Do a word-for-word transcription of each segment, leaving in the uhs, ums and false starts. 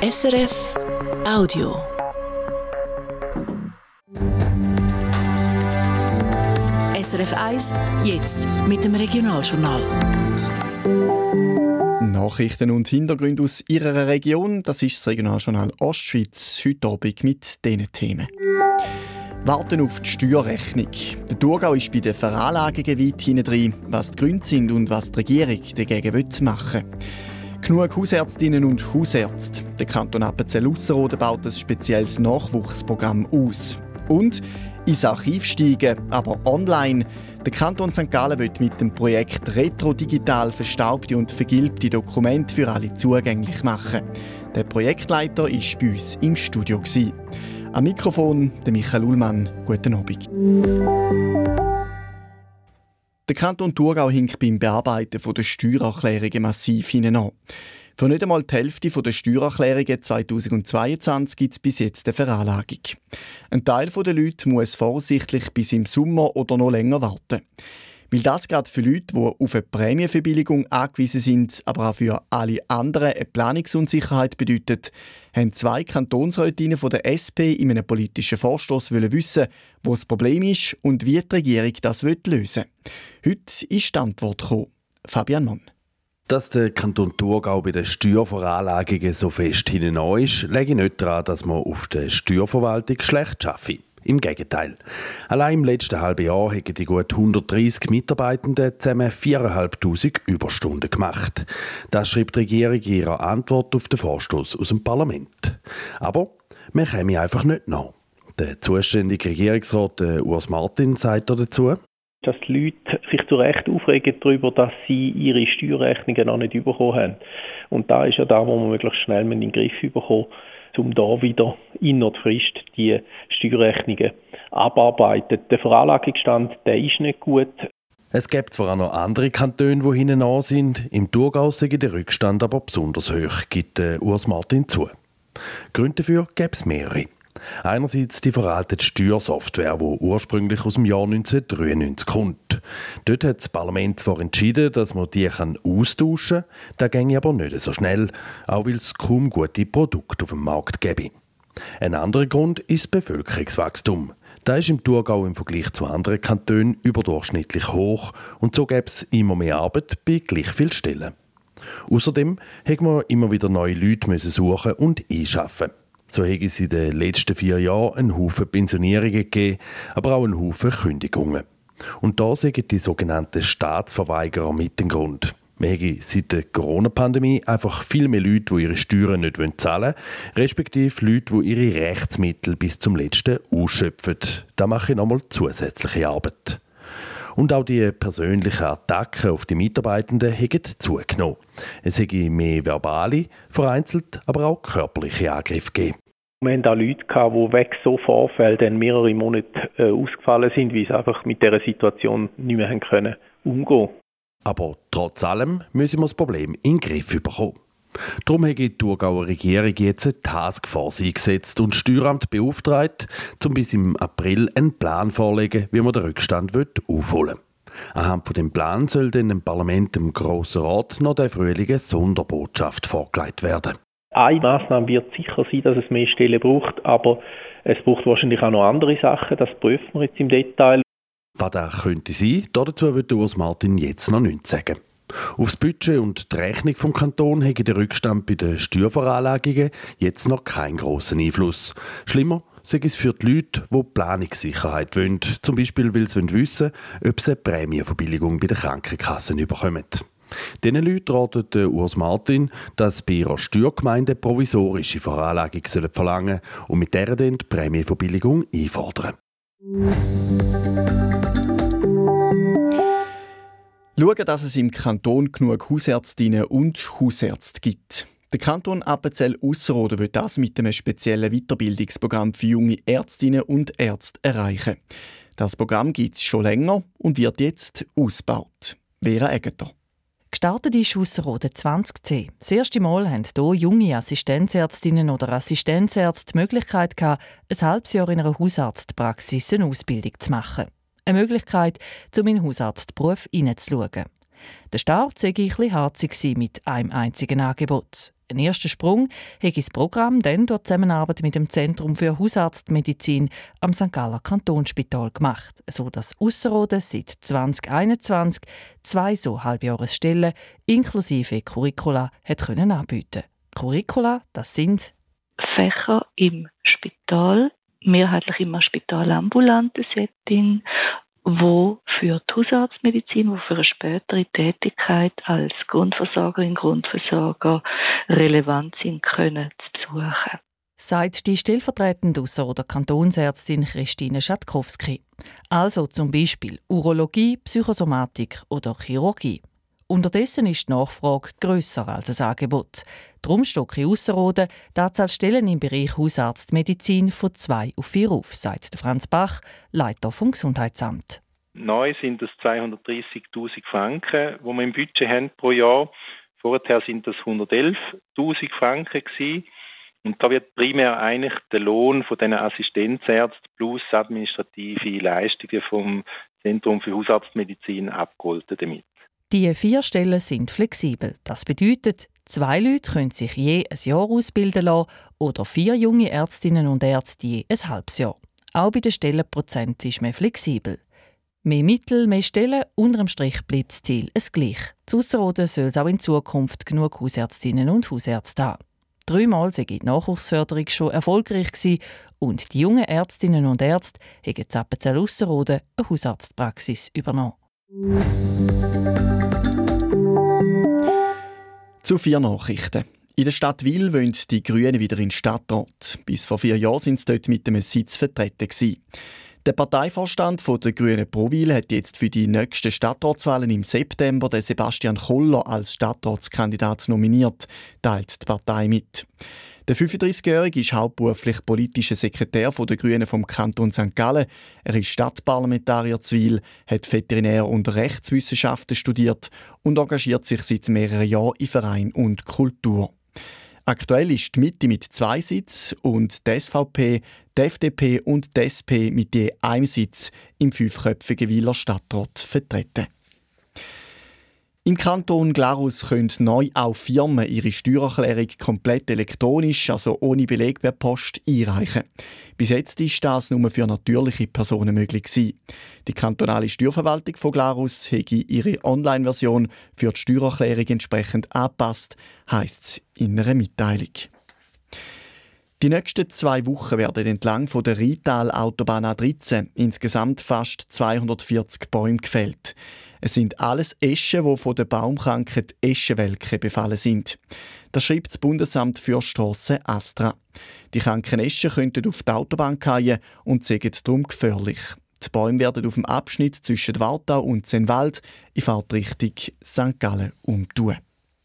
S R F Audio. S R F eins, jetzt mit dem Regionaljournal. Nachrichten und Hintergründe aus Ihrer Region, das ist das Regionaljournal Ostschweiz, heute Abend mit diesen Themen. Warten auf die Steuerrechnung. Der Thurgau ist bei den Veranlagungen weit hinten drin, was die Gründe sind und was die Regierung dagegen machen will. Genug Hausärztinnen und Hausärzte. Der Kanton Appenzell-Ausserrhoden baut ein spezielles Nachwuchsprogramm aus. Und ins Archiv steigen, aber online. Der Kanton Sankt Gallen will mit dem Projekt Retro Digital verstaubte und vergilbte Dokumente für alle zugänglich machen. Der Projektleiter war bei uns im Studio. Am Mikrofon der Michael Ullmann. Guten Abend. Der Kanton Thurgau hinkt beim Bearbeiten der Steuererklärungen massiv hinein. Für nicht einmal die Hälfte der Steuererklärungen zweitausendzweiundzwanzig gibt es bis jetzt eine Veranlagung. Ein Teil der Leute muss voraussichtlich bis im Sommer oder noch länger warten. Weil das gerade für Leute, die auf eine Prämienverbilligung angewiesen sind, aber auch für alle anderen eine Planungsunsicherheit bedeutet, haben zwei Kantonsrätinnen von der S P in einem politischen Vorstoss wissen, wo das Problem ist und wie die Regierung das lösen will. Heute ist die Antwort gekommen. Fabian Mann. Dass der Kanton Thurgau bei den Steuerveranlagungen so fest hinein ist, lege ich nicht daran, dass man auf der Steuerverwaltung schlecht arbeitet. Im Gegenteil. Allein im letzten halben Jahr haben die gut hundertdreissig Mitarbeitenden zusammen viertausendfünfhundert Überstunden gemacht. Das schreibt die Regierung in ihrer Antwort auf den Vorstoss aus dem Parlament. Aber man käme einfach nicht nach. Der zuständige Regierungsrat Urs Martin sagt dazu, dass die Leute sich zu Recht aufregen darüber, dass sie ihre Steuerrechnungen noch nicht bekommen haben. Und da ist ja da, wo man möglichst schnell in den Griff bekommen, um da wieder innerhalb der Frist die Steuerrechnungen abarbeiten. Der Veranlagungsstand, der ist nicht gut. Es gibt zwar auch noch andere Kantone, die hinten an sind, im Thurgau sei der Rückstand aber besonders hoch, gibt Urs Martin zu. Gründe dafür gäbe es mehrere. Einerseits die veraltete Steuersoftware, die ursprünglich aus dem Jahr neunzehnhundertdreiundneunzig kommt. Dort hat das Parlament zwar entschieden, dass man die austauschen kann, das ginge aber nicht so schnell, auch weil es kaum gute Produkte auf dem Markt gäbe. Ein anderer Grund ist das Bevölkerungswachstum. Das ist im Thurgau im Vergleich zu anderen Kantonen überdurchschnittlich hoch und so gäbe es immer mehr Arbeit bei gleich vielen Stellen. Außerdem musste man immer wieder neue Leute suchen und einschaffen. So hätte es in den letzten vier Jahren einen Haufen Pensionierungen gegeben, aber auch einen Haufen Kündigungen. Und da sind die sogenannten Staatsverweigerer mit dem Grund. Man hätte seit der Corona-Pandemie einfach viel mehr Leute, die ihre Steuern nicht zahlen wollen, respektive Leute, die ihre Rechtsmittel bis zum Letzten ausschöpfen. Da mache ich nochmal zusätzliche Arbeit. Und auch die persönlichen Attacken auf die Mitarbeitenden haben zugenommen. Es hätte mehr verbale, vereinzelt, aber auch körperliche Angriffe gegeben. Wir hatten auch Leute, die wegen so Vorfällen dann mehrere Monate äh, ausgefallen sind, weil sie einfach mit dieser Situation nicht mehr haben können umgehen. Aber trotz allem müssen wir das Problem in den Griff bekommen. Darum hat die Thurgauer Regierung jetzt eine Taskforce eingesetzt und das Steueramt beauftragt, um bis im April einen Plan vorzulegen, wie man den Rückstand aufholen will. Anhand von dem Plan soll dann dem Parlament, dem Grossen Rat, noch der Frühling eine Sonderbotschaft vorgelegt werden. Eine Massnahme wird sicher sein, dass es mehr Stellen braucht, aber es braucht wahrscheinlich auch noch andere Sachen. Das prüfen wir jetzt im Detail. Was das könnte sein, dazu wird Urs Martin jetzt noch nichts sagen. Auf das Budget und die Rechnung vom Kanton hat der Rückstand bei den Steuerveranlagungen jetzt noch keinen grossen Einfluss. Schlimmer sei es für die Leute, die Planungssicherheit wollen, zum Beispiel weil sie wissen wollen, ob sie eine Prämienverbilligung bei den Krankenkassen bekommen. Diesen Leuten ratet Urs Martin, dass bei ihrer Steuergemeinde provisorische Veranlagung verlangen sollen und mit der dann die Prämienverbilligung einfordern. Schauen, dass es im Kanton genug Hausärztinnen und Hausärzte gibt. Der Kanton Appenzell-Ausserrhoden will das mit einem speziellen Weiterbildungsprogramm für junge Ärztinnen und Ärzte erreichen. Das Programm gibt es schon länger und wird jetzt ausgebaut. Vera Egger. Gestartet ist Ausserrhoden zwanzig zehn. Das erste Mal haben hier junge Assistenzärztinnen oder Assistenzärzte die Möglichkeit gehabt, ein halbes Jahr in einer Hausarztpraxis eine Ausbildung zu machen. Eine Möglichkeit, um in den Hausarztberuf hineinzuschauen. Der Start war ein bisschen harzig mit einem einzigen Angebot. Ein erster Sprung hat das Programm dann durch Zusammenarbeit mit dem Zentrum für Hausarztmedizin am Sankt Galler Kantonsspital gemacht, sodass Ausserrhoden seit zwanzig einundzwanzig zwei so Halbjahresstellen inklusive Curricula hat können anbieten. Curricula, das sind Fächer im Spital, mehrheitlich im spitalambulanten Setting, wo für die Hausarztmedizin, wo für eine spätere Tätigkeit als Grundversorgerin, Grundversorger relevant sind können, zu besuchen. Sagt die stellvertretende Ausserrhoder Kantonsärztin Christine Schatkowski. Also zum Beispiel Urologie, Psychosomatik oder Chirurgie. Unterdessen ist die Nachfrage grösser als das Angebot. Darum stockt in Ausserrhoden die Anzahl Stellen im Bereich Hausarztmedizin von zwei auf vier auf, sagt Franz Bach, Leiter vom Gesundheitsamt. Neu sind es zweihundertdreissigtausend Franken, die wir im Budget haben pro Jahr. Vorher sind das hundertelftausend Franken gewesen. Und da wird primär eigentlich der Lohn von diesen Assistenzärzten plus administrative Leistungen vom Zentrum für Hausarztmedizin abgeholten damit. Die vier Stellen sind flexibel. Das bedeutet, zwei Leute können sich je ein Jahr ausbilden lassen oder vier junge Ärztinnen und Ärzte je ein halbes Jahr. Auch bei den Stellenprozenten ist man flexibel. Mehr Mittel, mehr Stellen, unterm Strich bleibt das Ziel es gleich. Zu Ausserrhoden soll es auch in Zukunft genug Hausärztinnen und Hausärzte haben. Dreimal sei die Nachwuchsförderung schon erfolgreich gewesen und die jungen Ärztinnen und Ärzte haben in Appenzell-Ausserrhoden eine Hausarztpraxis übernommen. Zu vier Nachrichten. In der Stadt Wil wollen die Grünen wieder in den Stadtrat. Bis vor vier Jahren waren sie dort mit einem Sitz vertreten gewesen. Der Parteivorstand der Grünen Pro Wil hat jetzt für die nächsten Stadtratswahlen im September den Sebastian Koller als Stadtratskandidat nominiert, teilt die Partei mit. Der fünfunddreißigjährige ist hauptberuflich politischer Sekretär der Grünen vom Kanton Sankt Gallen. Er ist Stadtparlamentarier zu Wil, hat Veterinär- und Rechtswissenschaften studiert und engagiert sich seit mehreren Jahren in Verein und Kultur. Aktuell ist die Mitte mit zwei Sitzen und die S V P, die F D P und die S P mit je einem Sitz im fünfköpfigen Wiler Stadtrat vertreten. Im Kanton Glarus können neu auch Firmen ihre Steuererklärung komplett elektronisch, also ohne Beleg per Post, einreichen. Bis jetzt ist das nur für natürliche Personen möglich gewesen. Die kantonale Steuerverwaltung von Glarus hat ihre Online-Version für die Steuererklärung entsprechend angepasst, heisst es in einer Mitteilung. Die nächsten zwei Wochen werden entlang von der Rital-Autobahn A dreizehn insgesamt fast zweihundertvierzig Bäume gefällt. Es sind alles Eschen, die von der Baumkrankheit Eschenwelke befallen sind. Das schreibt das Bundesamt für Strassen Astra. Die kranken Eschen könnten auf die Autobahn fallen und sind darum gefährlich. Die Bäume werden auf dem Abschnitt zwischen Wartau und Senwald in Fahrtrichtung Sankt Gallen umtun.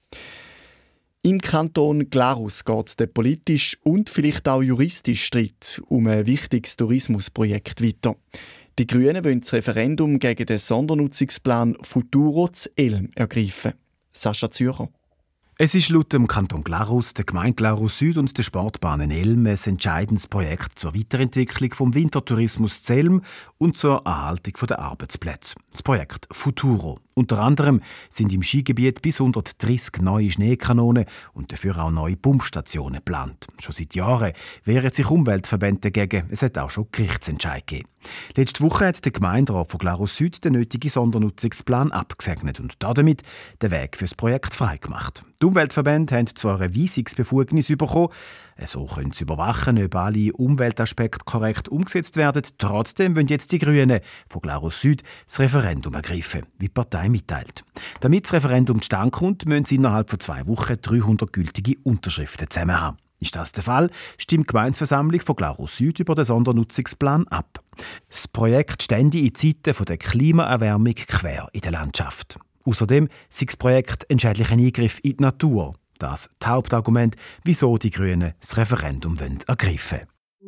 Im Kanton Glarus geht der politisch und vielleicht auch juristische Streit um ein wichtiges Tourismusprojekt weiter. Die Grünen wollen das Referendum gegen den Sondernutzungsplan Futuro zu Elm ergreifen. Sascha Zürcher. Es ist laut dem Kanton Glarus, der Gemeinde Glarus Süd und der Sportbahnen Elm ein entscheidendes Projekt zur Weiterentwicklung vom Wintertourismus zu Elm und zur Erhaltung der Arbeitsplätze. Das Projekt Futuro. Unter anderem sind im Skigebiet bis hundertdreissig neue Schneekanonen und dafür auch neue Pumpstationen geplant. Schon seit Jahren wehren sich Umweltverbände dagegen. Es hat auch schon Gerichtsentscheid gegeben. Letzte Woche hat der Gemeinderat von Glarus Süd den nötigen Sondernutzungsplan abgesegnet und damit den Weg für das Projekt freigemacht. Die Umweltverbände haben zwar eine Weisungsbefugnis bekommen, so können sie überwachen, ob alle Umweltaspekte korrekt umgesetzt werden. Trotzdem wollen jetzt die Grünen von Glarus Süd das Referendum ergreifen, wie die Partei mitteilt. Damit das Referendum zustande kommt, müssen sie innerhalb von zwei Wochen dreihundert gültige Unterschriften zusammen haben. Ist das der Fall, stimmt die Gemeindeversammlung von Glarus Süd über den Sondernutzungsplan ab. Das Projekt stände in Zeiten der Klimaerwärmung quer in der Landschaft. Außerdem sei das Projekt ein schädlicher Eingriff in die Natur. Das ist das Hauptargument, wieso die Grünen das Referendum ergreifen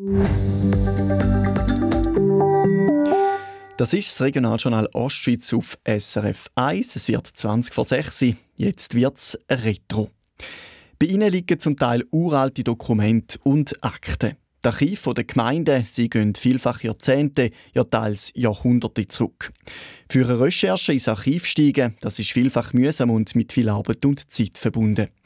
wollen. Das ist das Regionaljournal Ostschweiz auf S R F eins. Es wird zwanzig vor sechs. Jetzt wird es Retro. Bei ihnen liegen zum Teil uralte Dokumente und Akten. Die Archive der Gemeinden sie gehen vielfach Jahrzehnte, ja teils Jahrhunderte zurück. Für eine Recherche ins Archiv steigen, das ist vielfach mühsam und mit viel Arbeit und Zeit verbunden.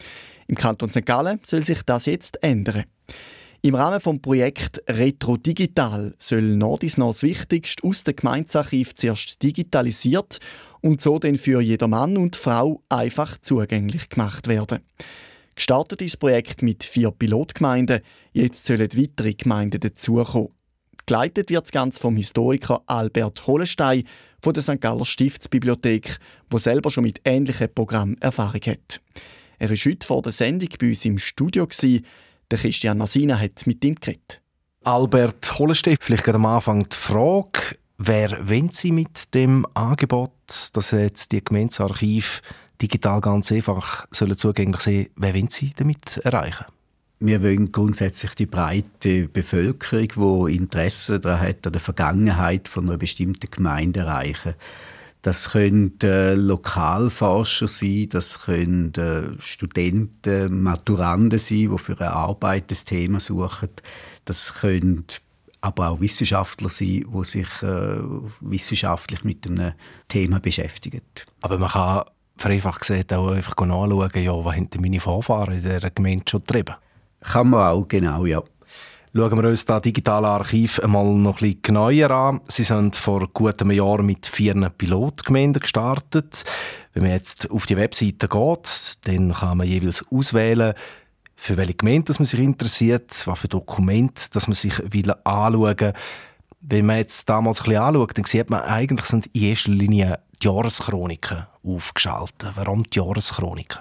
Im Kanton Sankt Gallen soll sich das jetzt ändern. Im Rahmen des Projekts Retro Digital soll nach dies noch das Wichtigste aus dem Gemeindearchiv zuerst digitalisiert und so dann für jeden Mann und Frau einfach zugänglich gemacht werden. Gestartet ist das Projekt mit vier Pilotgemeinden, jetzt sollen weitere Gemeinden dazukommen. Geleitet wird das Ganze vom Historiker Albert Holenstein von der Sankt Galler Stiftsbibliothek, der selber schon mit ähnlichen Programmen Erfahrung hat. Er war heute vor der Sendung bei uns im Studio. Der Christian Masina hat mit ihm geredet. Albert Holenstein, vielleicht gerade am Anfang die Frage, wer wollen Sie mit dem Angebot, dass jetzt die Gemeindearchive digital ganz einfach sollen zugänglich sein, wer wollen Sie damit erreichen? Wir wollen grundsätzlich die breite Bevölkerung, die Interesse daran hat, an der Vergangenheit von einer bestimmten Gemeinde erreichen. Das können äh, Lokalforscher sein, das können äh, Studenten, Maturanden sein, die für eine Arbeit das Thema suchen. Das können aber auch Wissenschaftler sein, die sich äh, wissenschaftlich mit einem Thema beschäftigen. Aber man kann vereinfacht gesagt auch einfach nachschauen, ja, was haben meine Vorfahren in dieser Gemeinde schon getrieben? Kann man auch, genau, ja. Schauen wir uns das digitale Archiv einmal noch ein bisschen genauer an. Sie sind vor gut einem Jahr mit vier Pilotgemeinden gestartet. Wenn man jetzt auf die Webseite geht, dann kann man jeweils auswählen, für welche Gemeinde man sich interessiert, was für Dokumente dass man sich anschauen will. Wenn man jetzt damals ein bisschen anschaut, dann sieht man, eigentlich sind in erster Linie die Jahreschroniken aufgeschaltet. Warum die Jahreschroniken?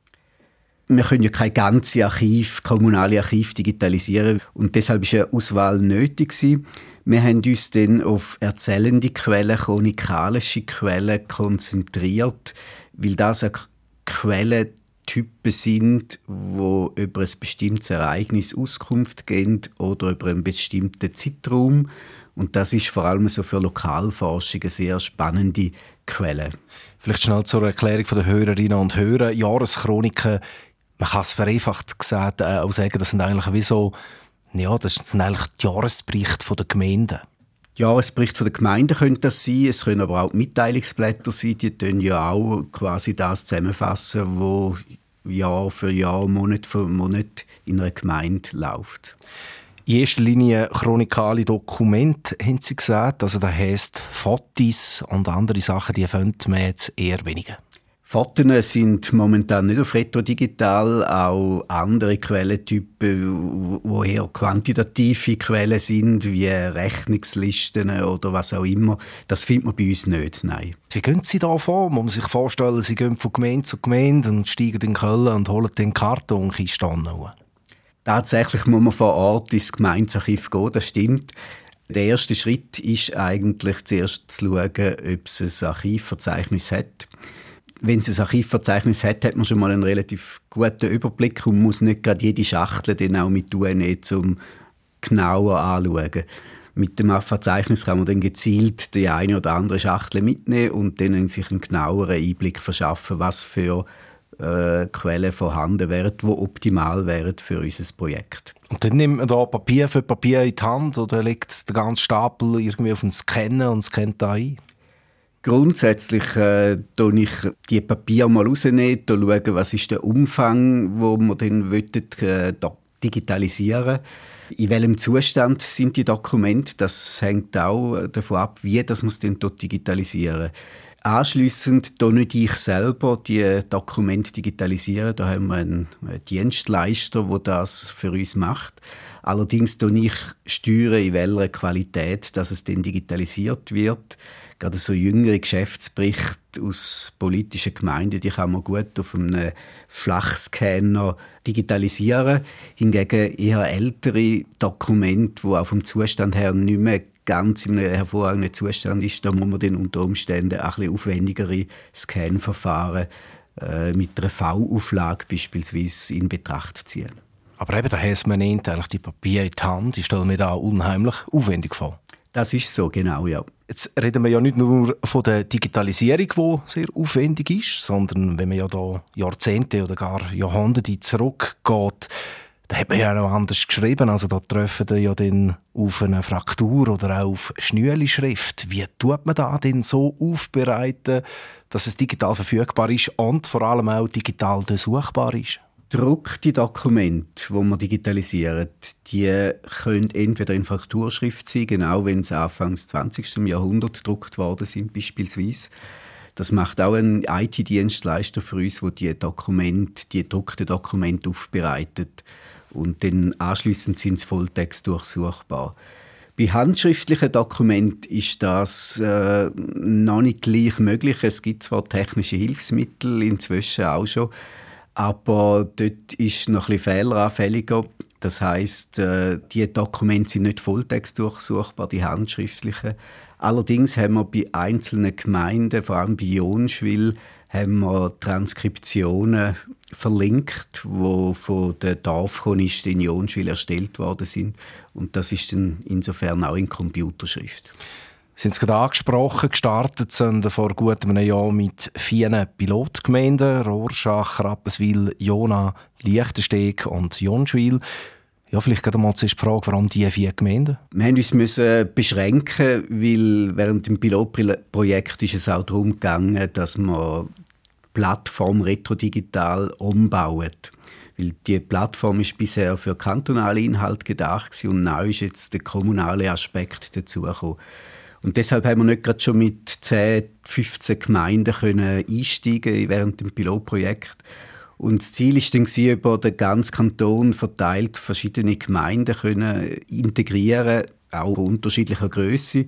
Wir können ja kein ganzes Archiv, kommunale Archiv digitalisieren und deshalb war eine Auswahl nötig. Wir haben uns dann auf erzählende Quellen, chronikalische Quellen konzentriert, weil das Quellentypen sind, die über ein bestimmtes Ereignis Auskunft geben oder über einen bestimmten Zeitraum. Und das ist vor allem so für Lokalforschung eine sehr spannende Quelle. Vielleicht schnell zur Erklärung der Hörerinnen und Hörer. Jahreschroniken, man kann es vereinfacht gesagt äh, auch sagen, das sind eigentlich wie so, ja, das sind eigentlich die Jahresberichte der Gemeinden. Die Jahresberichte der Gemeinden können das sein, es können aber auch Mitteilungsblätter sein, die tun ja auch quasi das zusammenfassen, was Jahr für Jahr, Monat für Monat in einer Gemeinde läuft. In erster Linie chronikale Dokumente, haben Sie gesagt, also das heisst Fotos und andere Sachen, die findet man jetzt eher weniger. Fotos sind momentan nicht auf Retro Digital, auch andere Quellentypen, wo eher quantitative Quellen sind, wie Rechnungslisten oder was auch immer. Das findet man bei uns nicht, nein. Wie gehen Sie da vor? Muss man sich vorstellen, Sie gehen von Gemeinde zu Gemeinde und steigen in Köln und holen den Kartonkiste an? Tatsächlich muss man vor Ort ins Gemeindearchiv gehen, das stimmt. Der erste Schritt ist eigentlich zuerst zu schauen, ob es ein Archivverzeichnis hat. Wenn es ein Archivverzeichnis hat, hat man schon mal einen relativ guten Überblick und muss nicht gerade jede Schachtel dann auch mit U N E zum genauer anschauen. Mit dem Verzeichnis kann man dann gezielt die eine oder andere Schachtel mitnehmen und dann sich einen genaueren Einblick verschaffen, was für äh, Quellen vorhanden wären, die optimal wären für unser Projekt. Und dann nimmt man da Papier für Papier in die Hand oder legt den ganzen Stapel irgendwie auf einen Scanner und scannt da ein? Grundsätzlich äh, tue ich die Papiere mal rausnehmen, schauen, was ist der Umfang, wo wir dann wollten, äh, digitalisieren. In welchem Zustand sind die Dokumente? Das hängt auch davon ab, wie das man dann dort digitalisieren. Anschliessend tue nicht ich selber die Dokumente digitalisieren. Da haben wir einen Dienstleister, der das für uns macht. Allerdings steuere ich, steuere, in welcher Qualität dass es dann digitalisiert wird. Gerade so jüngere Geschäftsberichte aus politischen Gemeinden, die kann man gut auf einem Flachscanner digitalisieren. Hingegen eher ältere Dokumente, die auch vom Zustand her nicht mehr ganz in einem hervorragenden Zustand ist, da muss man dann unter Umständen ein bisschen aufwendigere Scanverfahren äh, mit einer V-Auflage beispielsweise in Betracht ziehen. Aber eben, da heisst man nicht eigentlich die Papiere in die Hand. Ich stelle mir da unheimlich aufwendig vor. Das ist so, genau, ja. Jetzt reden wir ja nicht nur von der Digitalisierung, die sehr aufwendig ist, sondern wenn man ja da Jahrzehnte oder gar Jahrhunderte zurückgeht, da hat man ja noch anders geschrieben. Also da treffen wir ja dann auf eine Fraktur oder auch auf Schnürli-Schrift. Wie tut man da denn so aufbereiten, dass es digital verfügbar ist und vor allem auch digital durchsuchbar ist? Gedruckte Dokumente, die wir digitalisieren, die können entweder in Frakturschrift sein, genau wenn sie Anfang des zwanzigsten Jahrhunderts gedruckt worden sind, beispielsweise. Das macht auch ein I T-Dienstleister für uns, der die Dokumente, die gedruckten Dokumente aufbereitet. Und dann anschliessend sind sie Volltext durchsuchbar. Bei handschriftlichen Dokumenten ist das äh, noch nicht gleich möglich. Es gibt zwar technische Hilfsmittel inzwischen auch schon, aber dort ist noch ein bisschen fehleranfälliger. Das heisst, äh, die Dokumente sind nicht Volltext durchsuchbar, die handschriftlichen. Allerdings haben wir bei einzelnen Gemeinden, vor allem bei Jonschwil, haben wir Transkriptionen verlinkt, die von den Dorfchronisten in Jonschwil erstellt worden sind. Und das ist dann insofern auch in Computerschrift. Sie haben es gerade angesprochen, gestartet sind vor gut einem Jahr mit vier Pilotgemeinden, Rorschach, Rapperswil, Jona, Lichtensteg und Jonschwil. Ja, vielleicht gerade mal zuerst die Frage, warum diese vier Gemeinden? Wir mussten uns beschränken, weil während dem Pilotprojekt ist es auch darum gegangen, dass man die Plattform Retrodigital umbauen. Weil die Plattform ist bisher für kantonale Inhalte gedacht und neu ist jetzt der kommunale Aspekt dazugekommen. Und deshalb haben wir nicht gerade schon mit zehn, fünfzehn Gemeinden können einsteigen während dem Pilotprojekt. Und das Ziel war dann, über den ganzen Kanton verteilt verschiedene Gemeinden können integrieren, auch unterschiedlicher Größe.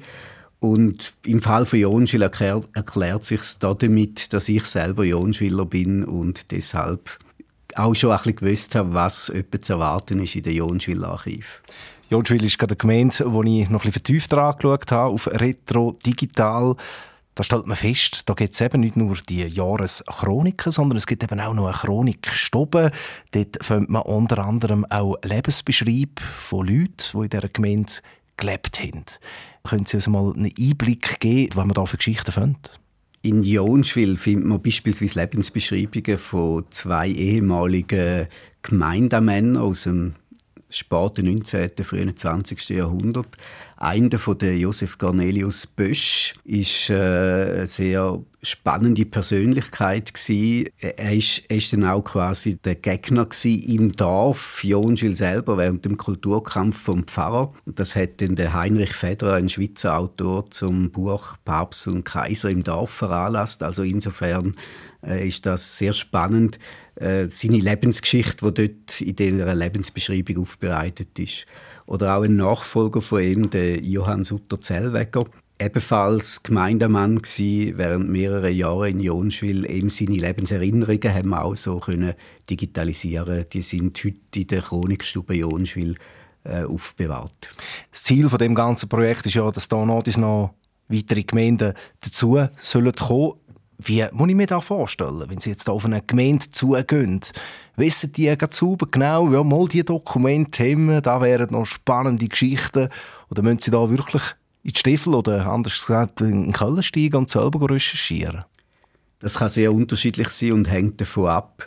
Und im Fall von Jonschwil erklärt, erklärt sich damit, dass ich selber Jonschwiler bin und deshalb auch schon ein bisschen gewusst habe, was etwa zu erwarten ist in den Jonschwiler Archiv. Jonschwil ist gerade eine Gemeinde, wo ich noch ein bisschen vertiefter angeschaut habe, auf Retro Digital. Da stellt man fest, da gibt es eben nicht nur die Jahreschroniken, sondern es gibt eben auch noch eine Chronikstube. Dort findet man unter anderem auch Lebensbeschreibungen von Leuten, die in dieser Gemeinde gelebt haben. Können Sie uns mal einen Einblick geben, was man da für Geschichten findet? In Jonschwil findet man beispielsweise Lebensbeschreibungen von zwei ehemaligen Gemeindemännern aus dem späten neunzehnten, frühen zwanzigsten Jahrhundert. Einer von der Josef Cornelius Bösch ist äh, eine sehr spannende Persönlichkeit gsi. Er ist, er ist dann auch quasi der Gegner gsi im Dorf Jonschwil selber während dem Kulturkampf vom Pfarrer. Das hat dann der Heinrich Federer, ein Schweizer Autor, zum Buch Papst und Kaiser im Dorf veranlasst. Also insofern äh, ist das sehr spannend. Äh, seine Lebensgeschichte, die dort in dieser Lebensbeschreibung aufbereitet ist. Oder auch ein Nachfolger von ihm, der Johann Sutter-Zellweger, ebenfalls Gemeindemann gsi während mehrerer Jahre in Jonschwil. Eben seine Lebenserinnerungen haben wir auch so können digitalisieren. Die sind heute in der Chronikstube Jonschwil äh, aufbewahrt. Das Ziel von dem ganzen Projekt ist ja, dass da noch, noch weitere Gemeinden dazu sollen kommen. Wie muss ich mir das vorstellen, wenn Sie jetzt auf eine Gemeinde zugehen? Wissen die ganz sauber genau, ja, mal die Dokumente haben, da wären noch spannende Geschichten? Oder müssen Sie da wirklich in die Stiefel oder anders gesagt in den Keller steigen und selber recherchieren? Das kann sehr unterschiedlich sein und hängt davon ab,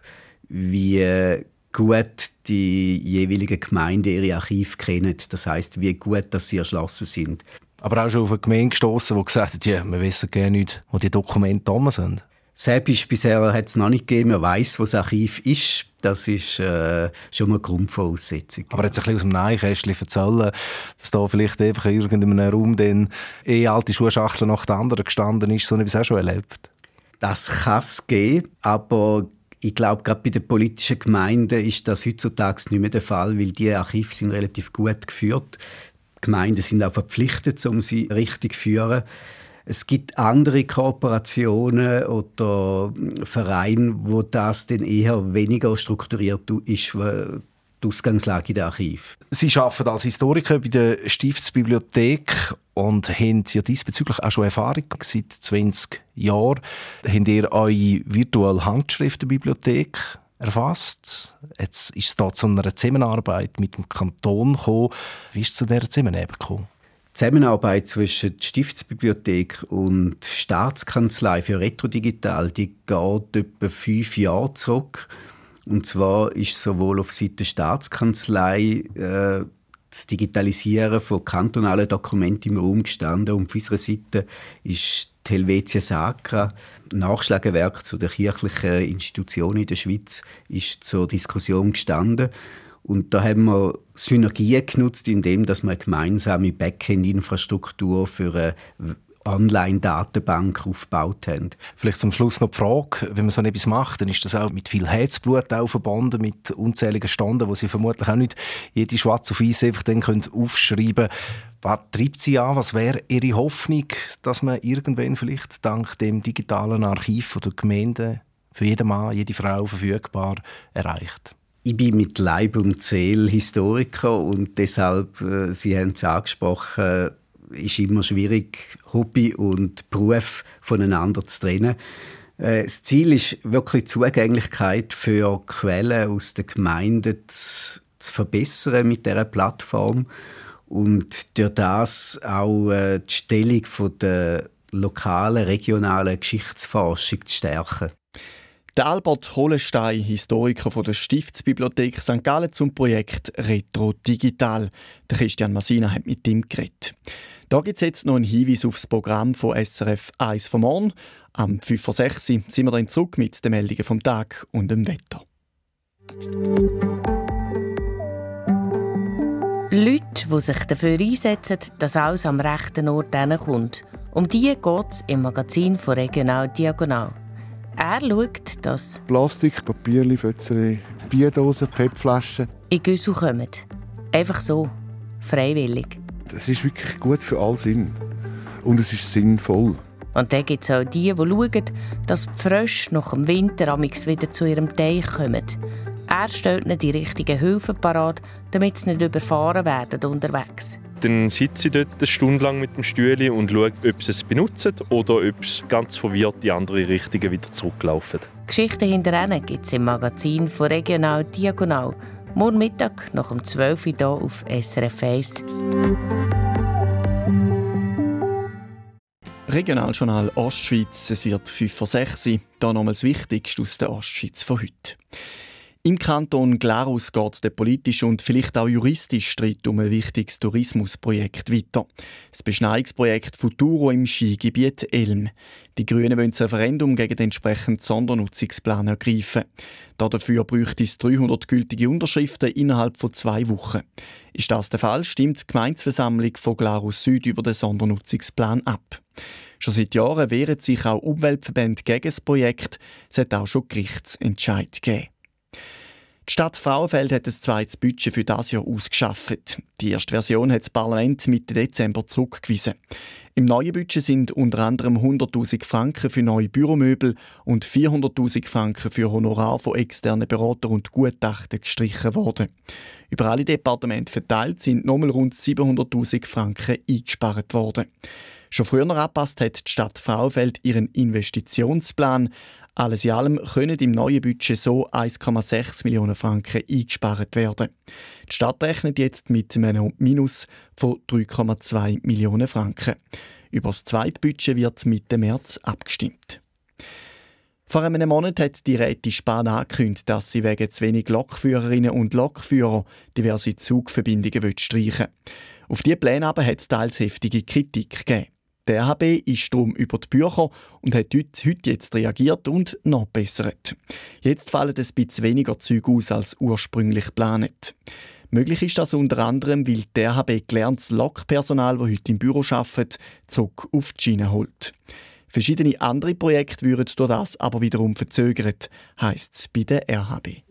wie gut die jeweiligen Gemeinden ihre Archive kennen. Das heisst, wie gut dass sie erschlossen sind. Aber auch schon auf eine Gemeinde gestossen, die gesagt hat, ja, wir wissen gerne nicht, wo die Dokumente da sind. Selbst bisher hat es noch nicht gegeben, man weiss, wo das Archiv ist. Das ist äh, schon mal eine Grundvoraussetzung. Aber jetzt ein bisschen aus dem Nähkästchen erzählen, dass da vielleicht einfach in irgendeinem Raum dann eine alte Schuhschachtel nach der anderen gestanden ist, so habe ich es auch schon erlebt. Das kann es geben, aber ich glaube, gerade bei den politischen Gemeinden ist das heutzutage nicht mehr der Fall, weil die Archive sind relativ gut geführt. Die Gemeinden sind auch verpflichtet, um sie richtig zu führen. Es gibt andere Kooperationen oder Vereine, wo das dann eher weniger strukturiert ist, die Ausgangslage in den Archiv. Sie arbeiten als Historiker bei der Stiftsbibliothek und haben ja diesbezüglich auch schon Erfahrung seit zwanzig Jahren. Habt ihr eure virtuelle Handschriftenbibliothek erfasst? Jetzt ist es da zu einer Zusammenarbeit mit dem Kanton gekommen. Wie ist es zu dieser Zusammenarbeit gekommen? Die Zusammenarbeit zwischen der Stiftsbibliothek und der Staatskanzlei für Retrodigital, die geht etwa fünf Jahre zurück. Und zwar ist sowohl auf Seite der Staatskanzlei äh, das Digitalisieren von kantonalen Dokumenten im Raum gestanden. Und auf unserer Seite ist die Helvetia Sacra, Nachschlagewerk zu der kirchlichen Institution in der Schweiz, ist zur Diskussion gestanden. Und da haben wir Synergien genutzt, indem wir eine gemeinsame Backend-Infrastruktur für eine Online-Datenbank aufgebaut haben. Vielleicht zum Schluss noch die Frage, wenn man so etwas macht, dann ist das auch mit viel Herzblut auch verbunden, mit unzähligen Stunden, wo Sie vermutlich auch nicht jede schwarz auf weiß einfach dann aufschreiben können. Was treibt Sie an? Was wäre Ihre Hoffnung, dass man irgendwann vielleicht dank dem digitalen Archiv der Gemeinde für jeden Mann, jede Frau verfügbar erreicht? Ich bin mit Leib und Seele Historiker und deshalb, äh, Sie haben es angesprochen, ist immer schwierig, Hobby und Beruf voneinander zu trennen. Das Ziel ist wirklich die Zugänglichkeit für Quellen aus der Gemeinde zu, zu verbessern mit dieser Plattform und durch das auch die Stellung der lokalen, regionalen Geschichtsforschung zu stärken. Der Albert Holenstein, Historiker von der Stiftsbibliothek Sankt Gallen, zum Projekt Retro Digital. Der Christian Masina hat mit ihm geredet. Da gibt es jetzt noch einen Hinweis auf das Programm von S R F eins vom Morgen. Am fünf vor sechs sind wir dann zurück mit den Meldungen vom Tag und dem Wetter. Leute, die sich dafür einsetzen, dass alles am rechten Ort hinkommt. Um die geht es im Magazin von Regional Diagonal. Er schaut, dass Plastik, Papier, Fötzerei, Bierdosen, P E T-Flaschen in Güssel kommen. Einfach so. Freiwillig. Das ist wirklich gut für all Sinn. Und es ist sinnvoll. Und dann gibt es auch die, die schauen, dass die Frösche nach dem Winter amigs wieder zu ihrem Teich kommen. Er stellt ihnen die richtigen Hilfen parat, damit sie nicht überfahren werden unterwegs. Dann sitze ich dort eine Stunde lang mit dem Stühle und schaue, ob sie es benutzen oder ob sie ganz verwirrt die andere Richtung wieder zurücklaufen. Geschichten hinter ihnen gibt es im Magazin von Regional Diagonal. Morgen Mittag nach um zwölf Uhr hier auf S R F eins. Regionaljournal Ostschweiz, es wird fünf vor sechs. Hier nochmals das Wichtigste aus der Ostschweiz von heute. Im Kanton Glarus geht der politische und vielleicht auch juristische Streit um ein wichtiges Tourismusprojekt weiter. Das Beschneiungsprojekt Futuro im Skigebiet Elm. Die Grünen wollen das Referendum gegen den entsprechenden Sondernutzungsplan ergreifen. Dafür bräuchte es dreihundert gültige Unterschriften innerhalb von zwei Wochen. Ist das der Fall, stimmt die Gemeindeversammlung von Glarus Süd über den Sondernutzungsplan ab. Schon seit Jahren wehren sich auch Umweltverbände gegen das Projekt. Es hat auch schon Gerichtsentscheid gegeben. Die Stadt Frauenfeld hat ein zweites Budget für dieses Jahr ausgeschafft. Die erste Version hat das Parlament Mitte Dezember zurückgewiesen. Im neuen Budget sind unter anderem hunderttausend Franken für neue Büromöbel und vierhunderttausend Franken für Honorar von externen Beratern und Gutachten gestrichen worden. Über alle Departemente verteilt sind nochmal rund siebenhunderttausend Franken eingespart worden. Schon früher angepasst hat die Stadt Frauenfeld ihren Investitionsplan. Alles in allem können im neuen Budget so eins Komma sechs Millionen Franken eingespart werden. Die Stadt rechnet jetzt mit einem Minus von drei Komma zwei Millionen Franken. Über das zweite Budget wird Mitte März abgestimmt. Vor einem Monat hat die Rätin Spahn angekündigt, dass sie wegen zu wenig Lokführerinnen und Lokführer diverse Zugverbindungen streichen will. Auf diese Pläne aber hat es teils heftige Kritik gegeben. Der R H B ist darum über die Bücher und hat heute jetzt reagiert und nachbessert. Jetzt fallen ein bisschen weniger Züge aus als ursprünglich geplant. Möglich ist das unter anderem, weil der R H B gelerntes Lokpersonal, das heute im Büro arbeitet, Zug auf die Schiene holt. Verschiedene andere Projekte würden durch das aber wiederum verzögert, heisst es bei der R H B.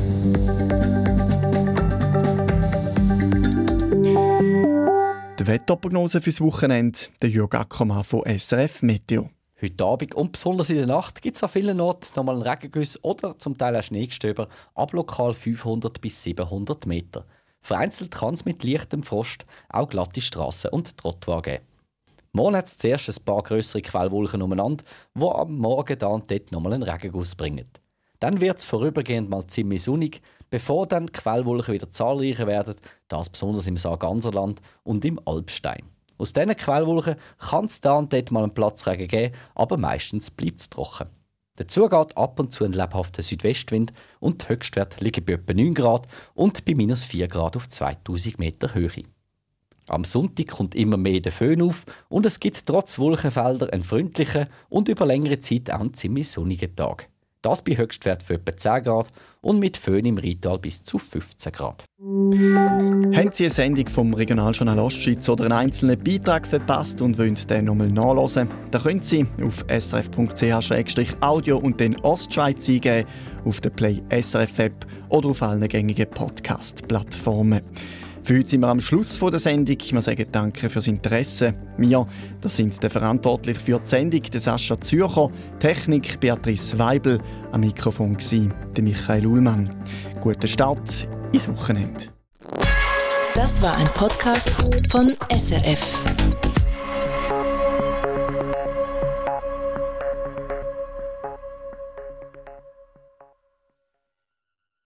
Die Wetterprognose fürs Wochenende, der Jürg Ackermann von S R F Meteo. Heute Abend und besonders in der Nacht gibt es an vielen Orten nochmal einen Regenguss oder zum Teil auch Schneegestöber ab lokal fünfhundert bis siebenhundert Meter. Vereinzelt kann es mit leichtem Frost auch glatte Strassen und Trottoir geben. Morgen hat es zuerst ein paar grössere Quellwolken umeinander, die am Morgen da und dort nochmal einen Regenguss bringen. Dann wird es vorübergehend mal ziemlich sonnig, bevor dann die Quellwolken wieder zahlreicher werden, das besonders im Sarganserland und im Alpstein. Aus diesen Quellwolken kann es da und dort mal einen Platzregen geben, aber meistens bleibt es trocken. Dazu geht ab und zu ein lebhafter Südwestwind und die Höchstwerte liegen bei etwa neun Grad und bei minus vier Grad auf zweitausend Meter Höhe. Am Sonntag kommt immer mehr der Föhn auf und es gibt trotz Wolkenfelder einen freundlichen und über längere Zeit auch einen ziemlich sonnigen Tag. Das bei Höchstwert von etwa zehn Grad und mit Föhn im Rheintal bis zu fünfzehn Grad. Haben Sie eine Sendung vom Regionaljournal Ostschweiz oder einen einzelnen Beitrag verpasst und wollen den nochmal nachhören? Dann können Sie auf s r f punkt c h slash audio und den Ostschweiz eingeben, auf der Play S R F App oder auf allen gängigen Podcast-Plattformen. Für heute sind wir am Schluss der Sendung. Wir sagen Danke fürs Interesse. Wir, das sind der Verantwortliche für die Sendung, der Sascha Zürcher, Technik Beatrice Weibel, am Mikrofon war der Michael Ullmann. Guten Start ins Wochenende. Das war ein Podcast von S R F.